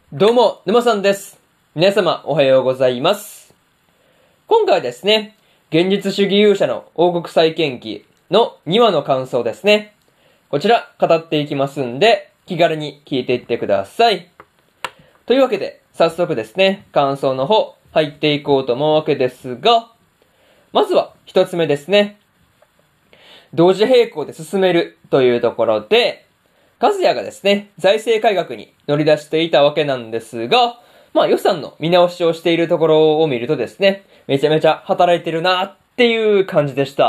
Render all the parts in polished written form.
どうも、沼さんです。皆様、おはようございます。今回はですね、現実主義勇者の王国再建記の2話の感想ですね。こちら、語っていきますんで、気軽に聞いていってください。というわけで、早速ですね、感想の方、入っていこうと思うわけですが、まずは、一つ目ですね。同時並行で進めるというところで、和也がですね、財政改革に乗り出していたわけなんですが、予算の見直しをしているところを見るとですね、めちゃめちゃ働いてるなっていう感じでした。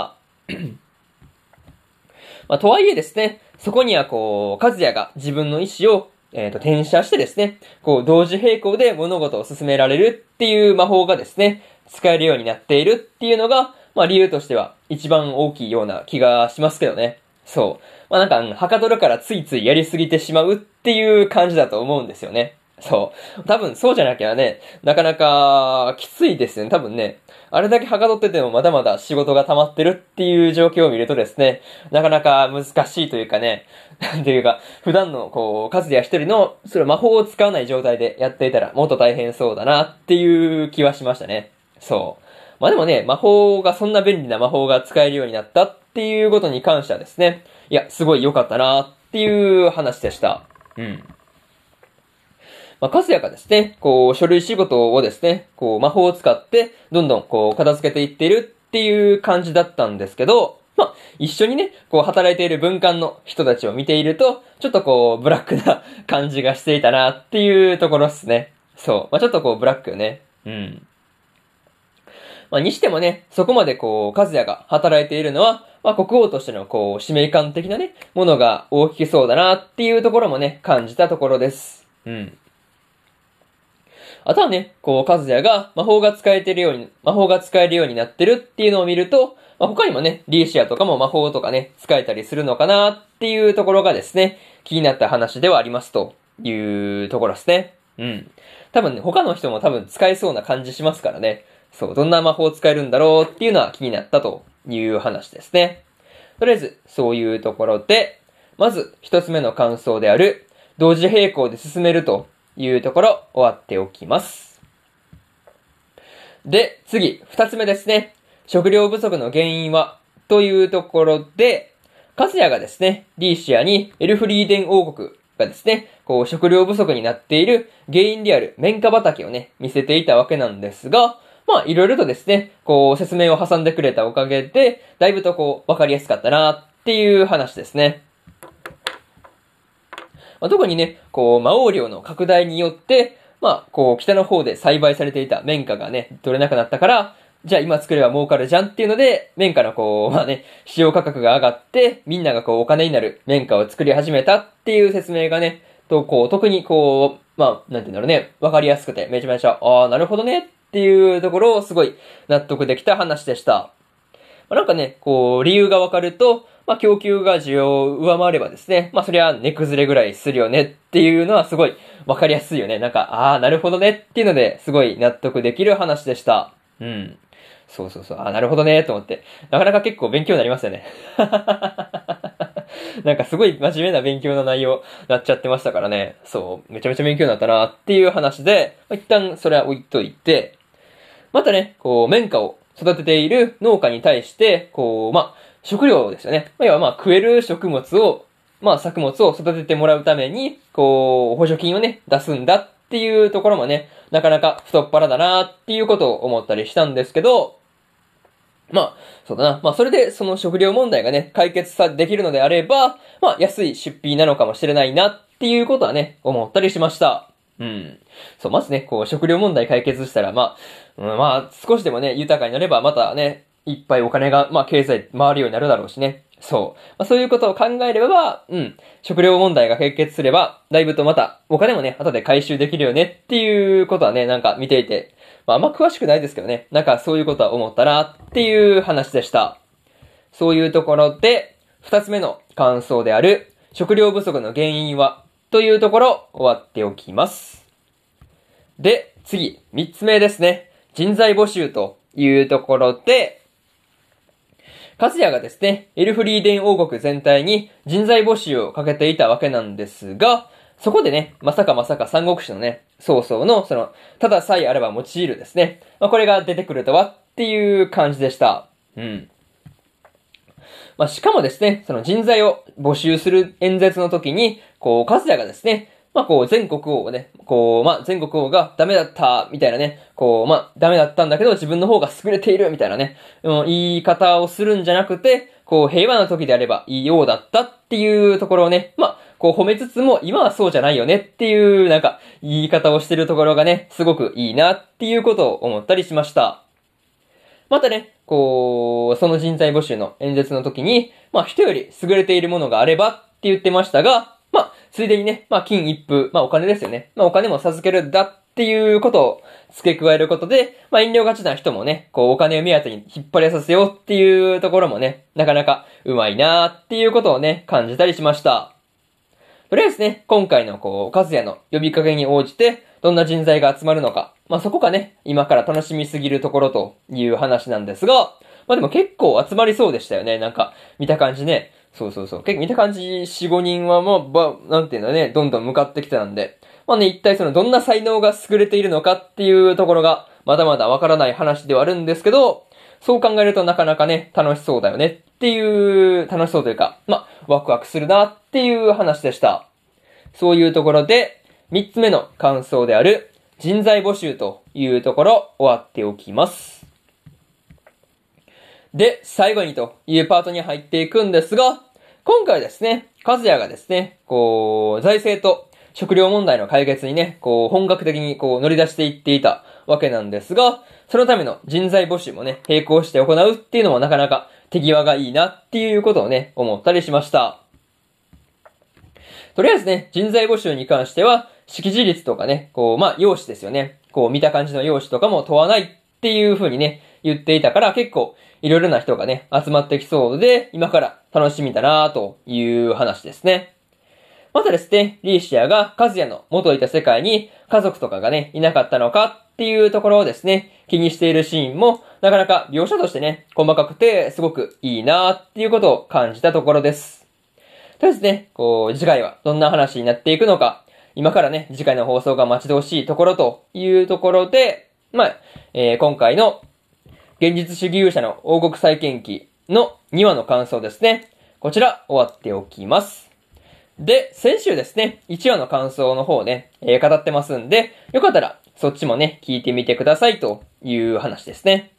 とはいえですね、そこには和也が自分の意思を、転写してですね、同時並行で物事を進められるっていう魔法がですね、使えるようになっているっていうのが、理由としては一番大きいような気がしますけどね。そう。はかどるからついついやりすぎてしまうっていう感じだと思うんですよね。そう。多分そうじゃなきゃね、なかなかきついですよね。多分ね、あれだけはかどっててもまだまだ仕事が溜まってるっていう状況を見るとですね、なかなか難しいというかね、なんていうか、普段の和也一人の、それ魔法を使わない状態でやっていたらもっと大変そうだなっていう気はしましたね。そう。でもね、そんな便利な魔法が使えるようになったっていうことに関してはですね、いや、すごい良かったなっていう話でした。うん。和也がですね、書類仕事をですね、魔法を使って、どんどん片付けていっているっていう感じだったんですけど、一緒にね、働いている文官の人たちを見ていると、ちょっとブラックな感じがしていたなっていうところですね。そう。ちょっとブラックよね。うん。にしてもね、そこまで和也が働いているのは、国王としての使命感的なね、ものが大きそうだなっていうところもね、感じたところです。うん。あとはね、和也が魔法が使えるようになってるっていうのを見ると、他にもね、リーシアとかも魔法とかね、使えたりするのかなっていうところがですね、気になった話ではありますというところですね。うん。多分ね、他の人も多分使えそうな感じしますからね。そう、どんな魔法を使えるんだろうっていうのは気になったという話ですね。とりあえず、そういうところで、まず一つ目の感想である、同時並行で進めるというところ、終わっておきます。で、次、二つ目ですね。食料不足の原因は、というところで、和也がですね、リーシアにエルフリーデン王国がですね、食料不足になっている原因である綿花畑をね、見せていたわけなんですが、いろいろとですね、説明を挟んでくれたおかげで、だいぶとわかりやすかったなっていう話ですね。特にね、魔王領の拡大によって、北の方で栽培されていた綿花がね、取れなくなったから、じゃあ今作れば儲かるじゃんっていうので、綿花の使用価格が上がって、みんながお金になる綿花を作り始めたっていう説明がね、特になんていうんだろうね、わかりやすくて、めちゃめちゃ、なるほどねっていうところをすごい納得できた話でした。理由がわかると、供給が需要を上回ればですね、そりゃ値崩れぐらいするよねっていうのはすごいわかりやすいよね。なるほどねっていうのですごい納得できる話でした。うん。そうそうそう。なるほどねと思って。なかなか結構勉強になりますよね。すごい真面目な勉強の内容になっちゃってましたからね。そう、めちゃめちゃ勉強になったなっていう話で、一旦それは置いといて、またね、綿花を育てている農家に対して、食料ですよね。要は食える作物を育ててもらうために、補助金をね、出すんだっていうところもね、なかなか太っ腹だなっていうことを思ったりしたんですけど、そうだな。それでその食料問題がね、解決できるのであれば、安い出費なのかもしれないなっていうことはね、思ったりしました。うん。そう、まずね、食料問題解決したら、少しでもね、豊かになれば、またね、いっぱいお金が、経済回るようになるだろうしね。そう。そういうことを考えれば、食料問題が解決すれば、だいぶとまた、お金もね、後で回収できるよねっていうことはね、見ていて、あんま詳しくないですけどね、そういうことは思ったなっていう話でした。そういうところで、二つ目の感想である、食料不足の原因は、というところ、終わっておきます。で、次、三つ目ですね。人材募集というところで、和也がですね、エルフリーデン王国全体に人材募集をかけていたわけなんですが、 そこでね、まさか三国志のね、曹操のたださえあれば用いるですね。これが出てくるとはっていう感じでした。うん。しかもですね、その人材を募集する演説の時に、和也がですね、全国王をね、全国王がダメだった、みたいなね、ダメだったんだけど自分の方が優れている、みたいなね、言い方をするんじゃなくて、平和な時であればいい王だったっていうところをね、褒めつつも、今はそうじゃないよねっていう、言い方をしてるところがね、すごくいいなっていうことを思ったりしました。またね、その人材募集の演説の時に、人より優れているものがあればって言ってましたが、ついでにね、金一封、お金ですよね。お金も授けるんだっていうことを付け加えることで、遠慮がちな人もね、お金を目当てに引っ張りさせようっていうところもね、なかなかうまいなーっていうことをね、感じたりしました。とりあえずね、今回の和也の呼びかけに応じて、どんな人材が集まるのか。そこがね、今から楽しみすぎるところという話なんですが、でも結構集まりそうでしたよね。見た感じね。そう。結構見た感じ、4、5人はなんていうのね、どんどん向かってきてたんで。一体どんな才能が優れているのかっていうところが、まだまだわからない話ではあるんですけど、そう考えるとなかなかね、楽しそうだよねっていう、楽しそうというか、ワクワクするなっていう話でした。そういうところで、3つ目の感想である、人材募集というところ、終わっておきます。で、最後にというパートに入っていくんですが、今回ですね、和也がですね、財政と食料問題の解決にね、本格的に乗り出していっていたわけなんですが、そのための人材募集もね、並行して行うっていうのもなかなか手際がいいなっていうことをね、思ったりしました。とりあえずね、人材募集に関しては、識字率とかね、容姿ですよね。見た感じの容姿とかも問わないっていう風にね、言っていたから結構、いろいろな人がね、集まってきそうで、今から楽しみだなという話ですね。またですね、リーシアが和也の元いた世界に家族とかがね、いなかったのかっていうところをですね、気にしているシーンも、なかなか描写としてね、細かくてすごくいいなっていうことを感じたところです。とりあえずね、次回はどんな話になっていくのか、今からね、次回の放送が待ち遠しいところというところで、今回の現実主義勇者の王国再建記の2話の感想ですね。こちら終わっておきます。で、先週ですね、1話の感想の方ね、語ってますんで、よかったらそっちもね、聞いてみてくださいという話ですね。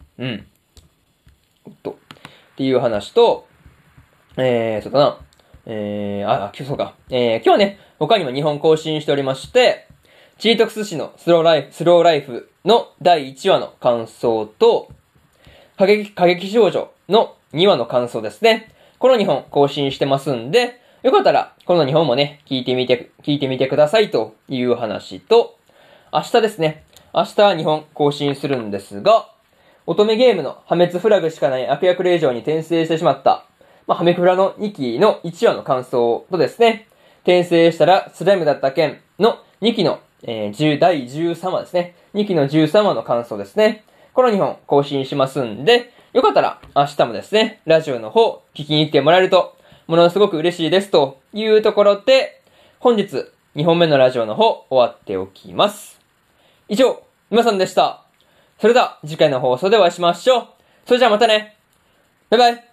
っていう話と、そうだな。そうか。今日はね、他にも2本更新しておりまして、チートクス氏のスローライフの第1話の感想と、過激少女の2話の感想ですね。この2本更新してますんで、よかったら、この2本もね、聞いてみてくださいという話と、明日ですね。明日2本更新するんですが、乙女ゲームの破滅フラグしかない悪役令嬢に転生してしまった、ハメフラの2期の1話の感想とですね、転生したらスライムだった件の2期の、第13話ですね。2期の13話の感想ですね。この2本更新しますんで、よかったら明日もですね、ラジオの方聞きに行ってもらえると、ものすごく嬉しいですというところで、本日2本目のラジオの方終わっておきます。以上、皆さんでした。それでは次回の放送でお会いしましょう。それじゃあまたね。バイバイ。